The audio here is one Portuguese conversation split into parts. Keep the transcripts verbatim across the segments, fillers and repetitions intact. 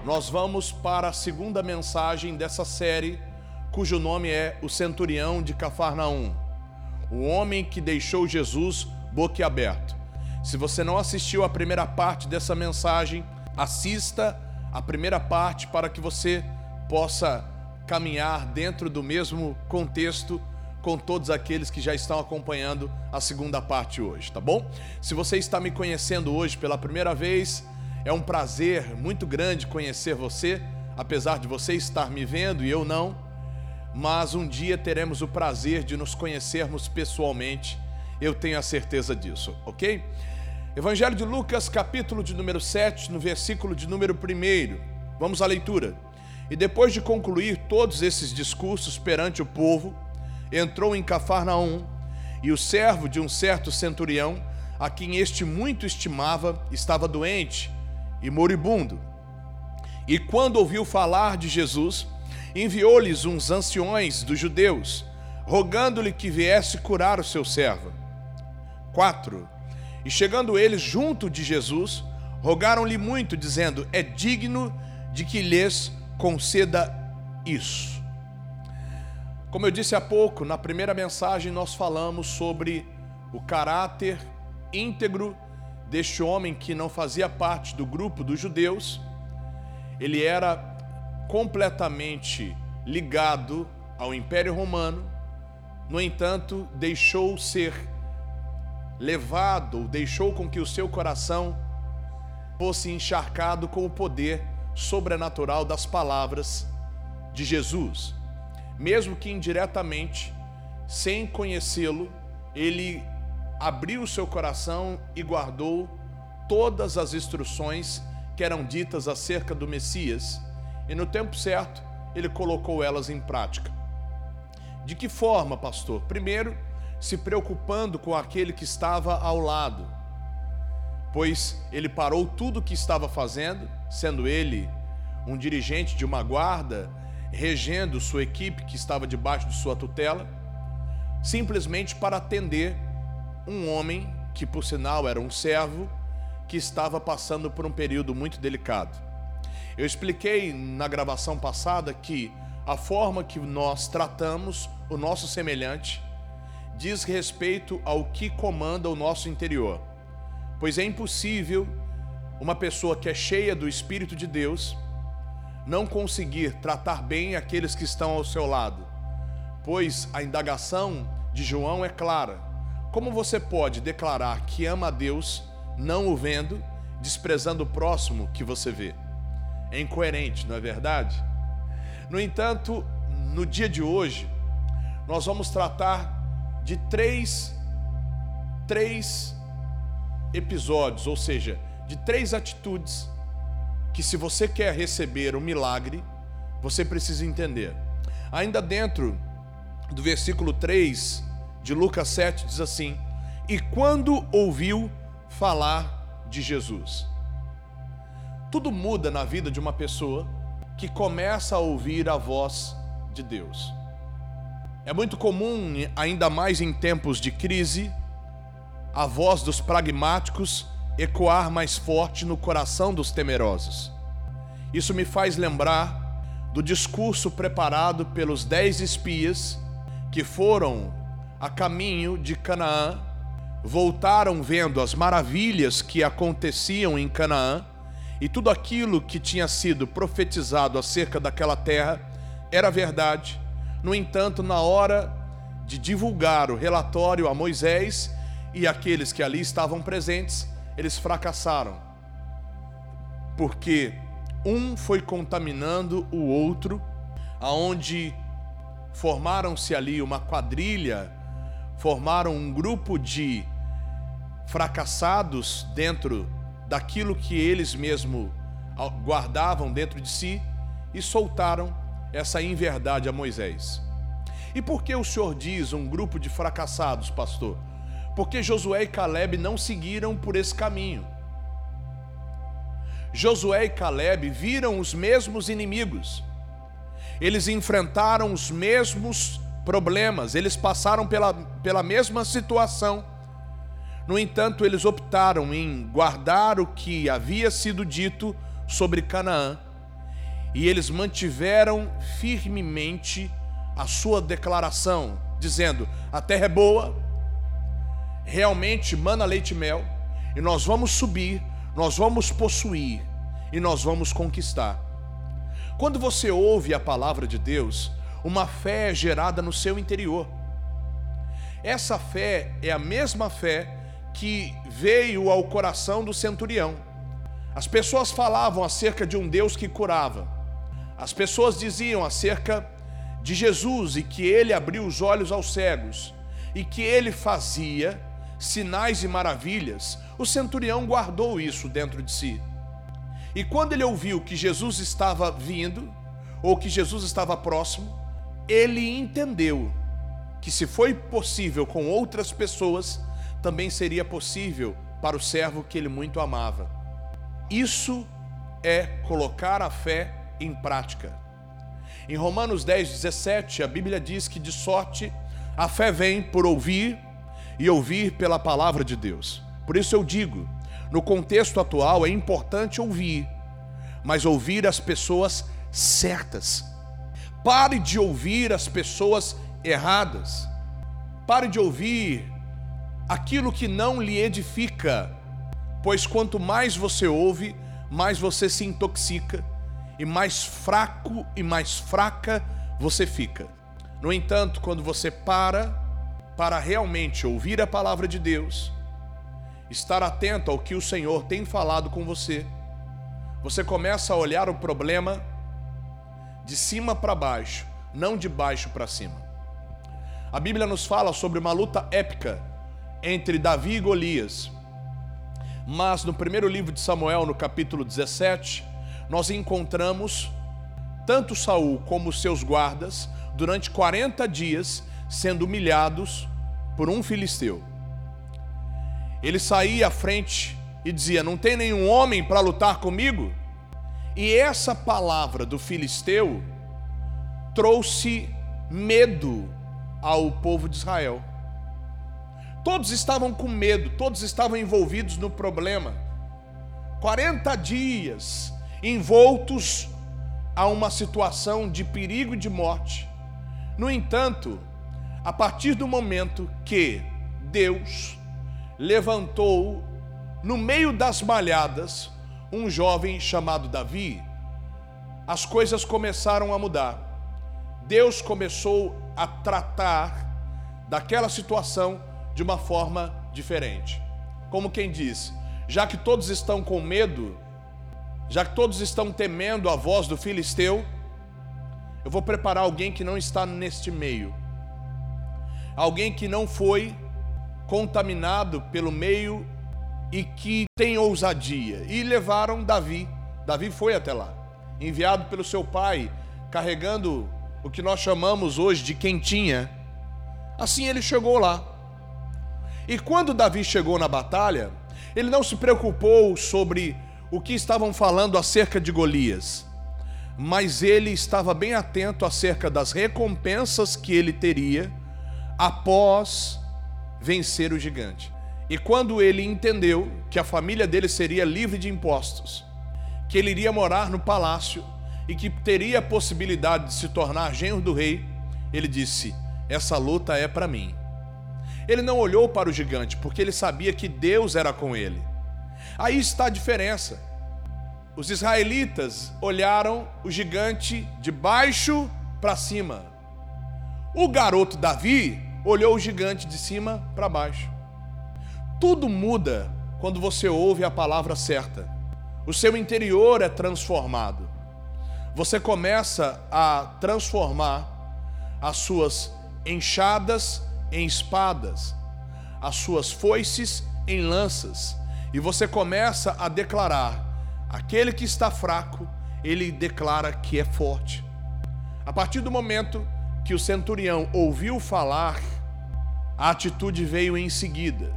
nós vamos para a segunda mensagem dessa série, cujo nome é O Centurião de Cafarnaum, o homem que deixou Jesus boquiaberto. Se você não assistiu à primeira parte dessa mensagem, assista a primeira parte para que você possa caminhar dentro do mesmo contexto com todos aqueles que já estão acompanhando a segunda parte hoje, tá bom? Se você está me conhecendo hoje pela primeira vez, é um prazer muito grande conhecer você, apesar de você estar me vendo e eu não, mas um dia teremos o prazer de nos conhecermos pessoalmente, eu tenho a certeza disso, ok? Evangelho de Lucas, capítulo de número sete, no versículo de número um, vamos à leitura. E depois de concluir todos esses discursos perante o povo, entrou em Cafarnaum, e o servo de um certo centurião, a quem este muito estimava, estava doente e moribundo. E quando ouviu falar de Jesus, enviou-lhes uns anciões dos judeus, rogando-lhe que viesse curar o seu servo. quatro. E chegando eles junto de Jesus, rogaram-lhe muito, dizendo: é digno de que lhes conceda isso. Como eu disse há pouco, na primeira mensagem nós falamos sobre o caráter íntegro deste homem que não fazia parte do grupo dos judeus. Ele era completamente ligado ao Império Romano, no entanto, deixou ser levado, deixou com que o seu coração fosse encharcado com o poder sobrenatural das palavras de Jesus. Mesmo que indiretamente, sem conhecê-lo, ele abriu o seu coração e guardou todas as instruções que eram ditas acerca do Messias, e no tempo certo, ele colocou elas em prática. De que forma, pastor? Primeiro, se preocupando com aquele que estava ao lado, pois ele parou tudo o que estava fazendo, sendo ele um dirigente de uma guarda, regendo sua equipe que estava debaixo de sua tutela, simplesmente para atender um homem que, por sinal, era um servo que estava passando por um período muito delicado. Eu expliquei na gravação passada que a forma que nós tratamos o nosso semelhante diz respeito ao que comanda o nosso interior, pois é impossível uma pessoa que é cheia do Espírito de Deus não conseguir tratar bem aqueles que estão ao seu lado, pois a indagação de João é clara: como você pode declarar que ama a Deus não o vendo, desprezando o próximo que você vê? É incoerente, não é verdade? No entanto, no dia de hoje, nós vamos tratar de três, três episódios, ou seja, de três atitudes que, se você quer receber o milagre, você precisa entender. Ainda dentro do versículo três de Lucas sete, diz assim: e quando ouviu falar de Jesus. Tudo muda na vida de uma pessoa que começa a ouvir a voz de Deus. É muito comum, ainda mais em tempos de crise, a voz dos pragmáticos ecoar mais forte no coração dos temerosos. Isso me faz lembrar do discurso preparado pelos dez espias que foram a caminho de Canaã, voltaram vendo as maravilhas que aconteciam em Canaã, e tudo aquilo que tinha sido profetizado acerca daquela terra era verdade. No entanto, na hora de divulgar o relatório a Moisés e aqueles que ali estavam presentes, eles fracassaram, porque um foi contaminando o outro, aonde formaram-se ali uma quadrilha, formaram um grupo de fracassados dentro daquilo que eles mesmos guardavam dentro de si, e soltaram essa inverdade a Moisés. E por que o Senhor diz um grupo de fracassados, pastor? Porque Josué e Caleb não seguiram por esse caminho. Josué e Caleb viram os mesmos inimigos, eles enfrentaram os mesmos problemas, eles passaram pela, pela mesma situação. No entanto, eles optaram em guardar o que havia sido dito sobre Canaã E eles mantiveram firmemente a sua declaração, dizendo: a terra é boa, realmente mana leite e mel, e nós vamos subir, nós vamos possuir e nós vamos conquistar. Quando você ouve a palavra de Deus, uma fé é gerada no seu interior. Essa fé é a mesma fé que veio ao coração do centurião. As pessoas falavam acerca de um Deus que curava. As pessoas diziam acerca de Jesus e que ele abriu os olhos aos cegos e que ele fazia sinais e maravilhas. O centurião guardou isso dentro de si. E quando ele ouviu que Jesus estava vindo, ou que Jesus estava próximo, ele entendeu que se foi possível com outras pessoas, também seria possível para o servo que ele muito amava. Isso é colocar a fé em prática. Em Romanos dez, dezessete, a Bíblia diz que de sorte a fé vem por ouvir e ouvir pela palavra de Deus. Por isso eu digo, no contexto atual é importante ouvir, mas ouvir as pessoas certas. Pare de ouvir as pessoas erradas. Pare de ouvir aquilo que não lhe edifica, pois quanto mais você ouve, mais você se intoxica e mais fraco e mais fraca você fica. No entanto, quando você para para realmente ouvir a palavra de Deus, estar atento ao que o Senhor tem falado com você, você começa a olhar o problema de cima para baixo, não de baixo para cima. A Bíblia nos fala sobre uma luta épica entre Davi e Golias. Mas no primeiro livro de Samuel, no capítulo dezessete, nós encontramos tanto Saul como os seus guardas durante quarenta dias sendo humilhados por um filisteu. Ele saía à frente e dizia: não tem nenhum homem para lutar comigo? E essa palavra do filisteu trouxe medo ao povo de Israel. Todos estavam com medo, todos estavam envolvidos no problema. quarenta dias envoltos a uma situação de perigo e de morte. No entanto, a partir do momento que Deus levantou no meio das malhadas um jovem chamado Davi, as coisas começaram a mudar. Deus começou a tratar daquela situação de uma forma diferente. Como quem diz, já que todos estão com medo, já que todos estão temendo a voz do filisteu, eu vou preparar alguém que não está neste meio. Alguém que não foi contaminado pelo meio e que tem ousadia. E levaram Davi. Davi foi até lá, enviado pelo seu pai, carregando o que nós chamamos hoje de quentinha. Assim ele chegou lá. E quando Davi chegou na batalha, ele não se preocupou sobre o que estavam falando acerca de Golias, mas ele estava bem atento acerca das recompensas que ele teria após vencer o gigante. E quando ele entendeu que a família dele seria livre de impostos, que ele iria morar no palácio e que teria a possibilidade de se tornar genro do rei, ele disse: essa luta é para mim. Ele não olhou para o gigante, porque ele sabia que Deus era com ele. Aí está a diferença. Os israelitas olharam o gigante de baixo para cima. O garoto Davi olhou o gigante de cima para baixo. Tudo muda quando você ouve a palavra certa. O seu interior é transformado. Você começa a transformar as suas enxadas em espadas, as suas foices em lanças, e você começa a declarar: aquele que está fraco, ele declara que é forte. A partir do momento que o centurião ouviu falar, a atitude veio em seguida.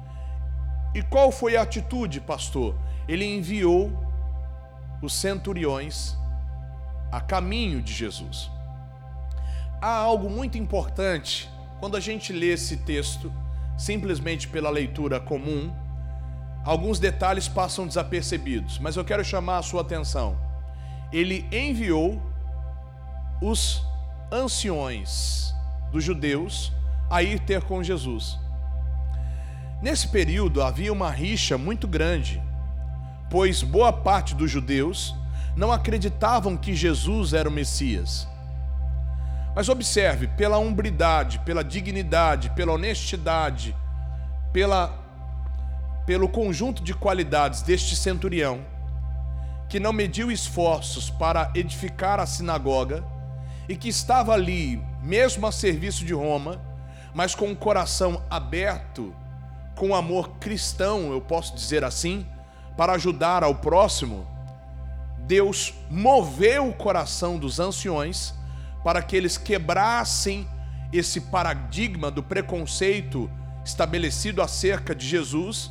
E qual foi a atitude, pastor? Ele enviou os centuriões a caminho de Jesus. Há algo muito importante quando a gente lê esse texto simplesmente pela leitura comum. Alguns detalhes passam desapercebidos, mas eu quero chamar a sua atenção. ele enviou os anciões dos judeus a ir ter com Jesus. Nesse período havia uma rixa muito grande, pois boa parte dos judeus não acreditavam que Jesus era o Messias. Mas observe, pela hombridade, pela dignidade, pela honestidade, pela, pelo conjunto de qualidades deste centurião, que não mediu esforços para edificar a sinagoga e que estava ali, mesmo a serviço de Roma, mas com o coração aberto, com amor cristão, eu posso dizer assim, para ajudar ao próximo, Deus moveu o coração dos anciões para que eles quebrassem esse paradigma do preconceito estabelecido acerca de Jesus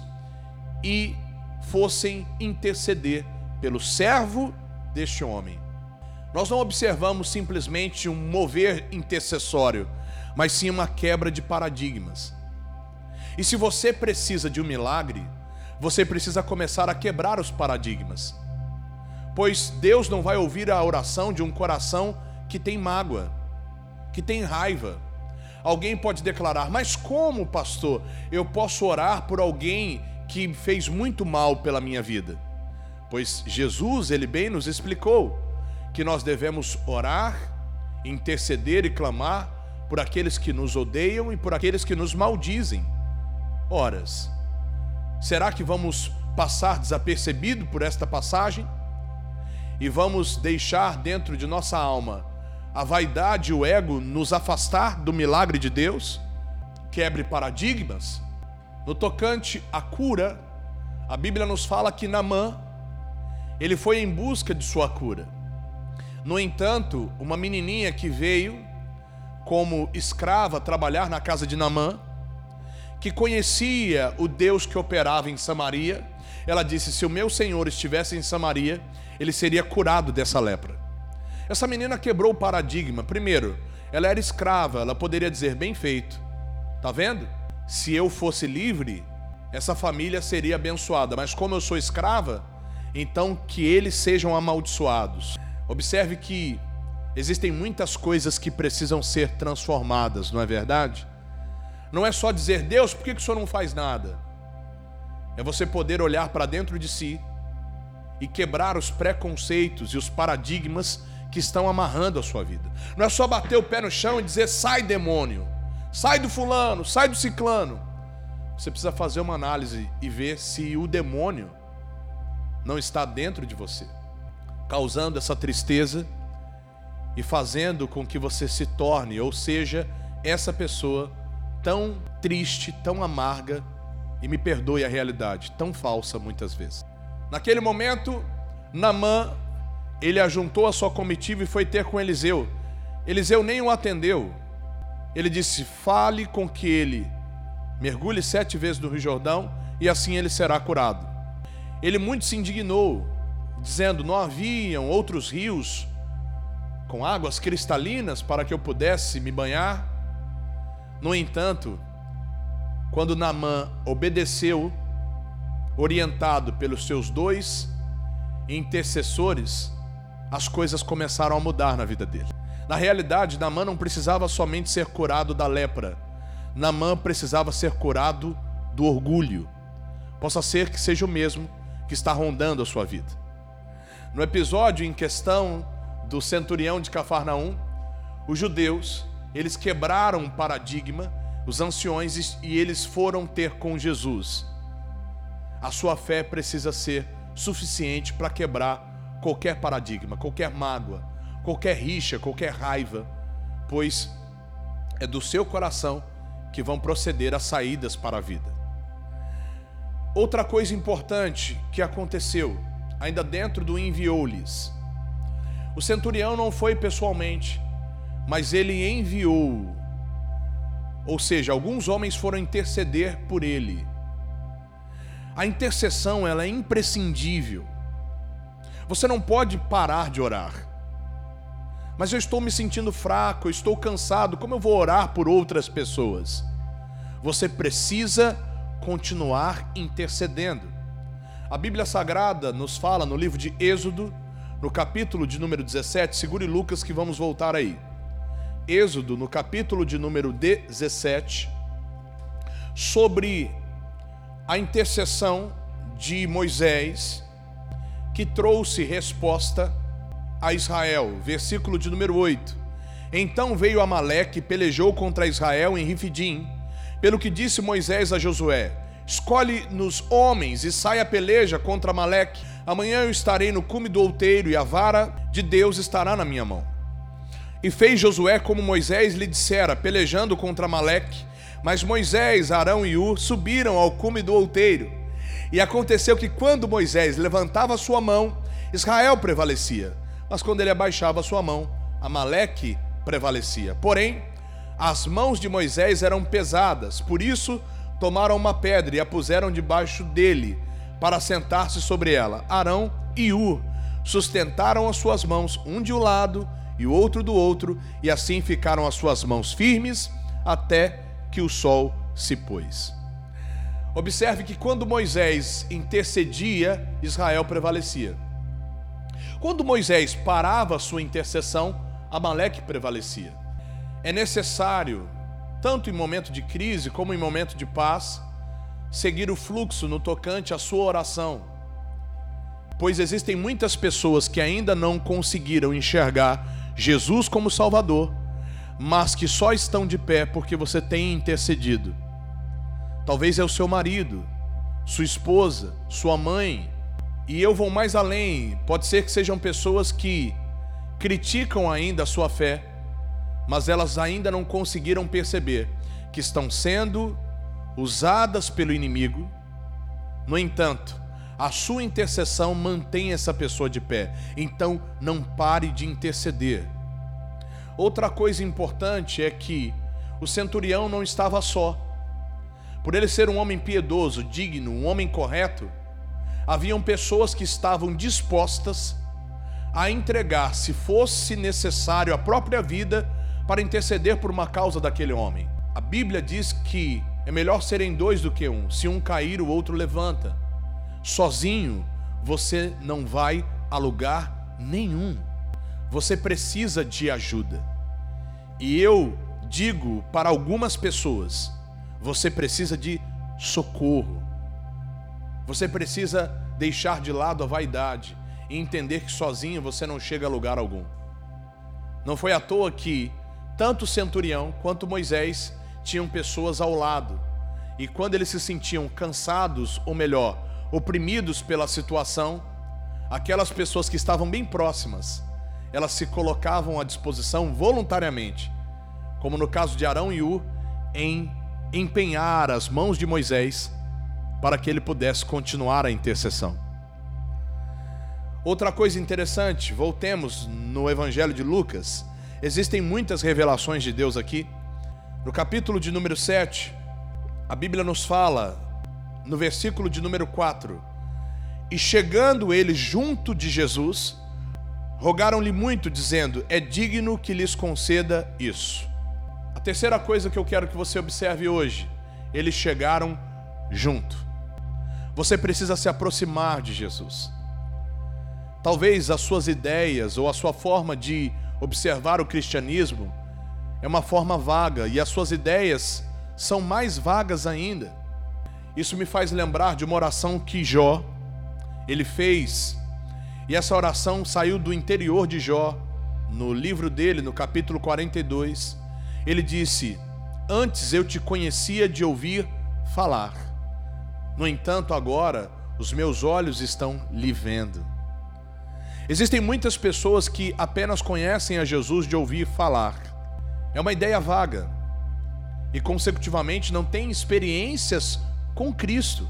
e fossem interceder pelo servo deste homem. Nós não observamos simplesmente um mover intercessório, mas sim uma quebra de paradigmas. E se você precisa de um milagre, você precisa começar a quebrar os paradigmas, pois Deus não vai ouvir a oração de um coração que tem mágoa, que tem raiva. Alguém pode declarar: mas como, pastor, eu posso orar por alguém que fez muito mal pela minha vida? Pois Jesus, ele bem nos explicou que nós devemos orar, interceder e clamar por aqueles que nos odeiam e por aqueles que nos maldizem. Horas, será que vamos passar desapercebido por esta passagem? E vamos deixar dentro de nossa alma a vaidade e o ego nos afastar do milagre de Deus? Quebre paradigmas. No tocante à cura, a Bíblia nos fala que Naamã, ele foi em busca de sua cura. No entanto, uma menininha que veio como escrava trabalhar na casa de Naamã, que conhecia o Deus que operava em Samaria, ela disse: se o meu Senhor estivesse em Samaria, ele seria curado dessa lepra. Essa menina quebrou o paradigma. Primeiro, ela era escrava, ela poderia dizer: bem feito, tá vendo? Se eu fosse livre, essa família seria abençoada, mas como eu sou escrava, então que eles sejam amaldiçoados. Observe que existem muitas coisas que precisam ser transformadas, não é verdade? Não é só dizer: Deus, por que o Senhor não faz nada? É você poder olhar para dentro de si e quebrar os preconceitos e os paradigmas que estão amarrando a sua vida. Não é só bater o pé no chão e dizer: sai, demônio, sai do fulano, sai do ciclano. Você precisa fazer uma análise e ver se o demônio não está dentro de você, causando essa tristeza e fazendo com que você se torne, ou seja, essa pessoa tão triste, tão amarga, e me perdoe a realidade, tão falsa muitas vezes. Naquele momento, Naamã, ele ajuntou a sua comitiva e foi ter com Eliseu. Eliseu nem o atendeu. Ele disse: fale com que ele mergulhe sete vezes no Rio Jordão e assim ele será curado. Ele muito se indignou, dizendo: não haviam outros rios com águas cristalinas para que eu pudesse me banhar? No entanto, quando Naamã obedeceu, orientado pelos seus dois intercessores, as coisas começaram a mudar na vida dele. Na realidade, Naamã não precisava somente ser curado da lepra. Naamã precisava ser curado do orgulho. Possa ser que seja o mesmo que está rondando a sua vida. No episódio em questão do centurião de Cafarnaum, os judeus, eles quebraram um paradigma, os anciões, e eles foram ter com Jesus. A sua fé precisa ser suficiente para quebrar qualquer paradigma, qualquer mágoa, qualquer rixa, qualquer raiva, pois é do seu coração que vão proceder as saídas para a vida. Outra coisa importante que aconteceu, ainda dentro do enviou-lhes, o centurião não foi pessoalmente, mas ele enviou, ou seja, alguns homens foram interceder por ele. A intercessão, ela é imprescindível. Você não pode parar de orar. Mas eu estou me sentindo fraco, eu estou cansado, como eu vou orar por outras pessoas? Você precisa continuar intercedendo. A Bíblia Sagrada nos fala no livro de Êxodo, no capítulo de número dezessete, segure Lucas que vamos voltar aí. Êxodo, no capítulo de número dezessete, sobre a intercessão de Moisés, que trouxe resposta a Israel. Versículo de número oito. Então veio Amaleque e pelejou contra Israel em Rifidim, pelo que disse Moisés a Josué: escolhe-nos homens e sai a peleja contra Amaleque. Amanhã eu estarei no cume do outeiro e a vara de Deus estará na minha mão. E fez Josué como Moisés lhe dissera, pelejando contra Amaleque. Mas Moisés, Arão e Hur subiram ao cume do outeiro. E aconteceu que quando Moisés levantava sua mão, Israel prevalecia. Mas quando ele abaixava sua mão, Amaleque prevalecia. Porém, as mãos de Moisés eram pesadas, por isso tomaram uma pedra e a puseram debaixo dele, para sentar-se sobre ela. Arão e Hur sustentaram as suas mãos, um de um lado e o outro do outro, e assim ficaram as suas mãos firmes até que o sol se pôs. Observe que quando Moisés intercedia, Israel prevalecia. Quando Moisés parava a sua intercessão, Amaleque prevalecia. É necessário, tanto em momento de crise como em momento de paz, seguir o fluxo no tocante à sua oração, pois existem muitas pessoas que ainda não conseguiram enxergar Jesus como Salvador, mas que só estão de pé porque você tem intercedido. Talvez é o seu marido, sua esposa, sua mãe, e eu vou mais além, pode ser que sejam pessoas que criticam ainda a sua fé, mas elas ainda não conseguiram perceber que estão sendo usadas pelo inimigo. No entanto, a sua intercessão mantém essa pessoa de pé, então não pare de interceder. Outra coisa importante é que o centurião não estava só. Por ele ser um homem piedoso, digno, um homem correto, haviam pessoas que estavam dispostas a entregar, se fosse necessário, a própria vida para interceder por uma causa daquele homem. A Bíblia diz que é melhor serem dois do que um. Se um cair, o outro levanta. Sozinho, você não vai a lugar nenhum. Você precisa de ajuda. E eu digo para algumas pessoas, você precisa de socorro. Você precisa deixar de lado a vaidade e entender que sozinho você não chega a lugar algum. Não foi à toa que tanto o centurião quanto Moisés tinham pessoas ao lado, e quando eles se sentiam cansados, ou melhor, oprimidos pela situação, aquelas pessoas que estavam bem próximas, elas se colocavam à disposição voluntariamente, como no caso de Arão e Hur, em empenhar as mãos de Moisés para que ele pudesse continuar a intercessão. Outra coisa interessante, voltemos no Evangelho de Lucas. Existem muitas revelações de Deus aqui. No capítulo de número sete, a Bíblia nos fala, no versículo de número quatro: e chegando eles junto de Jesus, rogaram-lhe muito, dizendo: é digno que lhes conceda isso. A terceira coisa que eu quero que você observe hoje: eles chegaram junto. Você precisa se aproximar de Jesus. Talvez as suas ideias ou a sua forma de observar o cristianismo é uma forma vaga, e as suas ideias são mais vagas ainda. Isso me faz lembrar de uma oração que Jó, ele fez, e essa oração saiu do interior de Jó, no livro dele, no capítulo quarenta e dois. Ele disse: antes eu te conhecia de ouvir falar, no entanto agora os meus olhos estão lhe vendo. Existem muitas pessoas que apenas conhecem a Jesus de ouvir falar. É uma ideia vaga e consecutivamente não têm experiências com Cristo.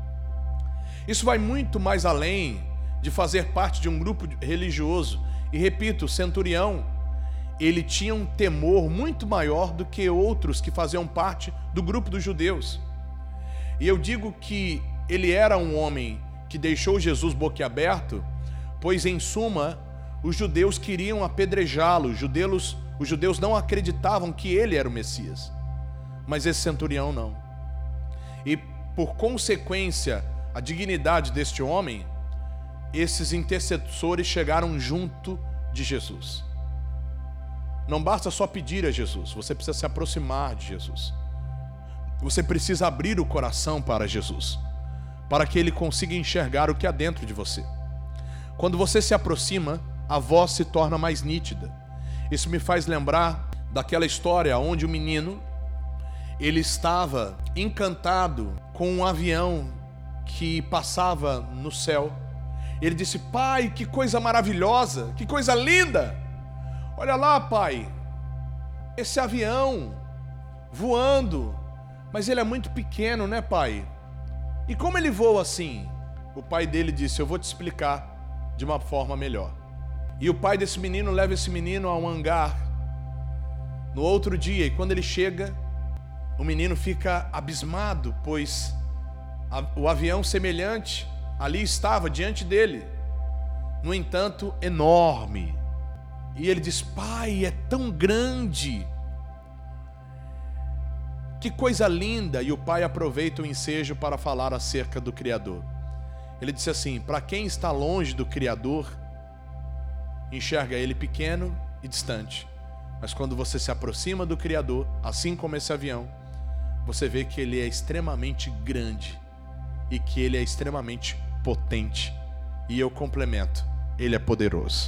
Isso vai muito mais além de fazer parte de um grupo religioso. E repito, o centurião, ele tinha um temor muito maior do que outros que faziam parte do grupo dos judeus. E eu digo que ele era um homem que deixou Jesus boquiaberto, pois em suma, os judeus queriam apedrejá-lo, os judeus, os judeus não acreditavam que ele era o Messias, mas esse centurião não. E por consequência, a dignidade deste homem, esses intercessores chegaram junto de Jesus. Não basta só pedir a Jesus, você precisa se aproximar de Jesus. Você precisa abrir o coração para Jesus, para que Ele consiga enxergar o que há dentro de você. Quando você se aproxima, a voz se torna mais nítida. Isso me faz lembrar daquela história onde o menino, ele estava encantado com um avião que passava no céu. Ele disse: pai, que coisa maravilhosa, que coisa linda! Olha lá, pai, esse avião voando, mas ele é muito pequeno, né, pai? E como ele voa assim? O pai dele disse: eu vou te explicar de uma forma melhor. E o pai desse menino leva esse menino a um hangar no outro dia, e quando ele chega, o menino fica abismado, pois a, o avião semelhante ali estava diante dele, no entanto, enorme. E ele diz: pai, é tão grande, que coisa linda. E o pai aproveita o ensejo para falar acerca do Criador. Ele disse assim: para quem está longe do Criador, enxerga ele pequeno e distante, mas quando você se aproxima do Criador, assim como esse avião, você vê que ele é extremamente grande e que ele é extremamente potente. E eu complemento: ele é poderoso.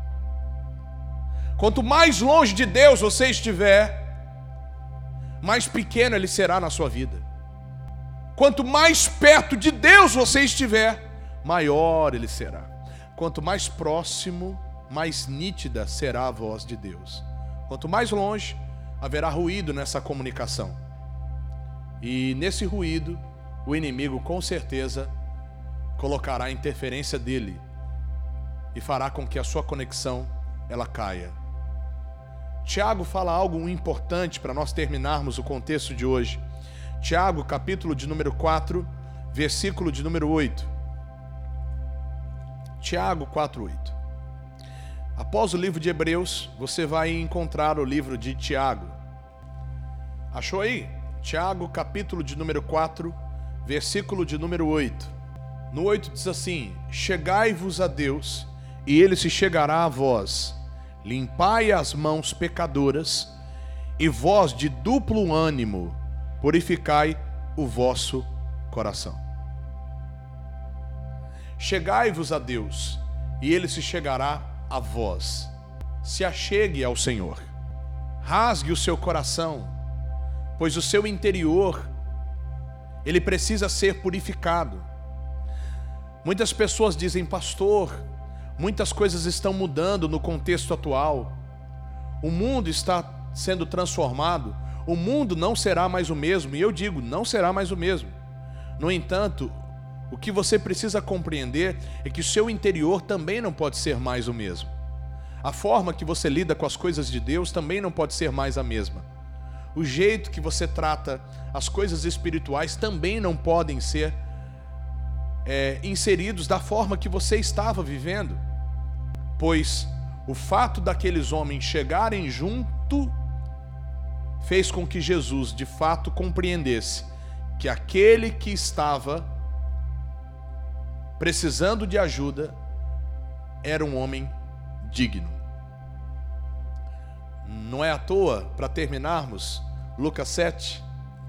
Quanto mais longe de Deus você estiver, mais pequeno ele será na sua vida. Quanto mais perto de Deus você estiver, maior ele será. Quanto mais próximo, mais nítida será a voz de Deus. Quanto mais longe, haverá ruído nessa comunicação. E nesse ruído, o inimigo com certeza colocará a interferência dele e fará com que a sua conexão ela caia. Tiago fala algo importante para nós terminarmos o contexto de hoje. Tiago, capítulo de número quatro, versículo de número oito. Tiago quatro, oito. Após o livro de Hebreus, você vai encontrar o livro de Tiago. Achou aí? Tiago, capítulo de número quatro, versículo de número oito. No oito diz assim: chegai-vos a Deus, e Ele se chegará a vós. Limpai as mãos pecadoras, e vós de duplo ânimo, purificai o vosso coração. Chegai-vos a Deus, e Ele se chegará a vós. Se achegue ao Senhor. Rasgue o seu coração, pois o seu interior, ele precisa ser purificado. Muitas pessoas dizem: pastor, muitas coisas estão mudando no contexto atual. O mundo está sendo transformado. O mundo não será mais o mesmo. E eu digo, não será mais o mesmo. No entanto, o que você precisa compreender é que o seu interior também não pode ser mais o mesmo. A forma que você lida com as coisas de Deus também não pode ser mais a mesma. O jeito que você trata as coisas espirituais também não podem ser é, inseridos da forma que você estava vivendo. Pois o fato daqueles homens chegarem junto fez com que Jesus de fato compreendesse que aquele que estava precisando de ajuda era um homem digno. Não é à toa, para terminarmos, Lucas sete,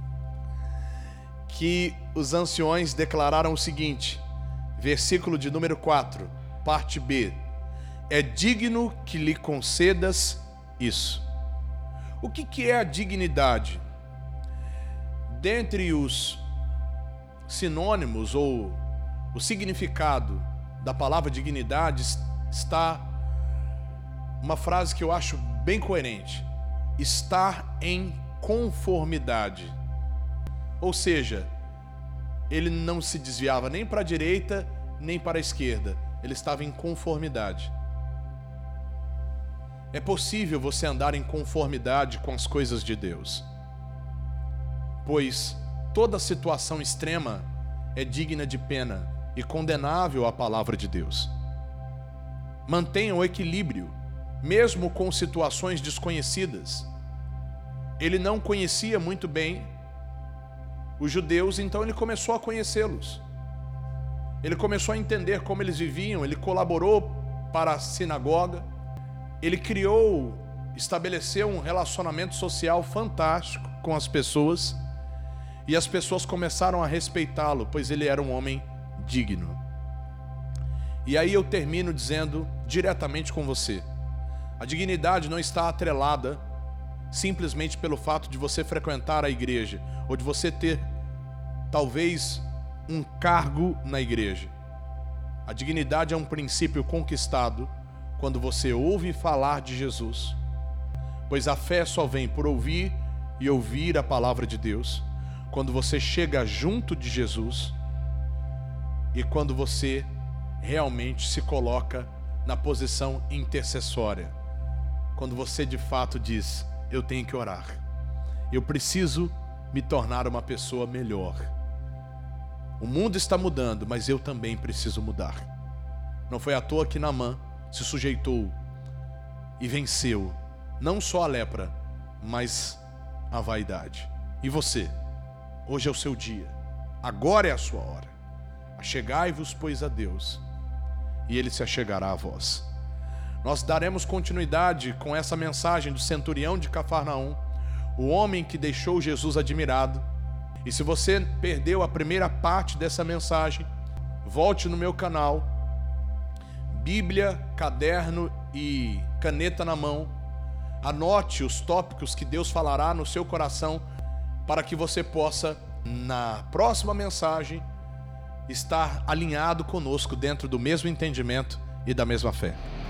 que os anciões declararam o seguinte, versículo de número quatro, parte B: é digno que lhe concedas isso. O que que é a dignidade? Dentre os sinônimos ou o significado da palavra dignidade está uma frase que eu acho bem coerente: estar em conformidade. Ou seja, ele não se desviava nem para a direita nem para a esquerda, ele estava em conformidade. É possível você andar em conformidade com as coisas de Deus, pois toda situação extrema é digna de pena e condenável à palavra de Deus. Mantenha o equilíbrio, mesmo com situações desconhecidas. Ele não conhecia muito bem os judeus, então ele começou a conhecê-los. ele começou a entender como eles viviam, ele colaborou para a sinagoga, ele criou, estabeleceu um relacionamento social fantástico com as pessoas, e as pessoas começaram a respeitá-lo, pois ele era um homem digno. E aí eu termino dizendo diretamente com você: a dignidade não está atrelada simplesmente pelo fato de você frequentar a igreja, ou de você ter talvez um cargo na igreja. A dignidade é um princípio conquistado quando você ouve falar de Jesus, pois a fé só vem por ouvir e ouvir a palavra de Deus. Quando você chega junto de Jesus e quando você realmente se coloca na posição intercessória, quando você de fato diz: eu tenho que orar, eu preciso me tornar uma pessoa melhor. O mundo está mudando, mas eu também preciso mudar. Não foi à toa que Naamã se sujeitou e venceu não só a lepra, mas a vaidade. E você? Hoje é o seu dia, agora é a sua hora. Achegai-vos, pois, a Deus, e Ele se achegará a vós. Nós daremos continuidade com essa mensagem do centurião de Cafarnaum, o homem que deixou Jesus admirado. E se você perdeu a primeira parte dessa mensagem, volte no meu canal, Bíblia, caderno e caneta na mão, anote os tópicos que Deus falará no seu coração, para que você possa, na próxima mensagem, estar alinhado conosco dentro do mesmo entendimento e da mesma fé.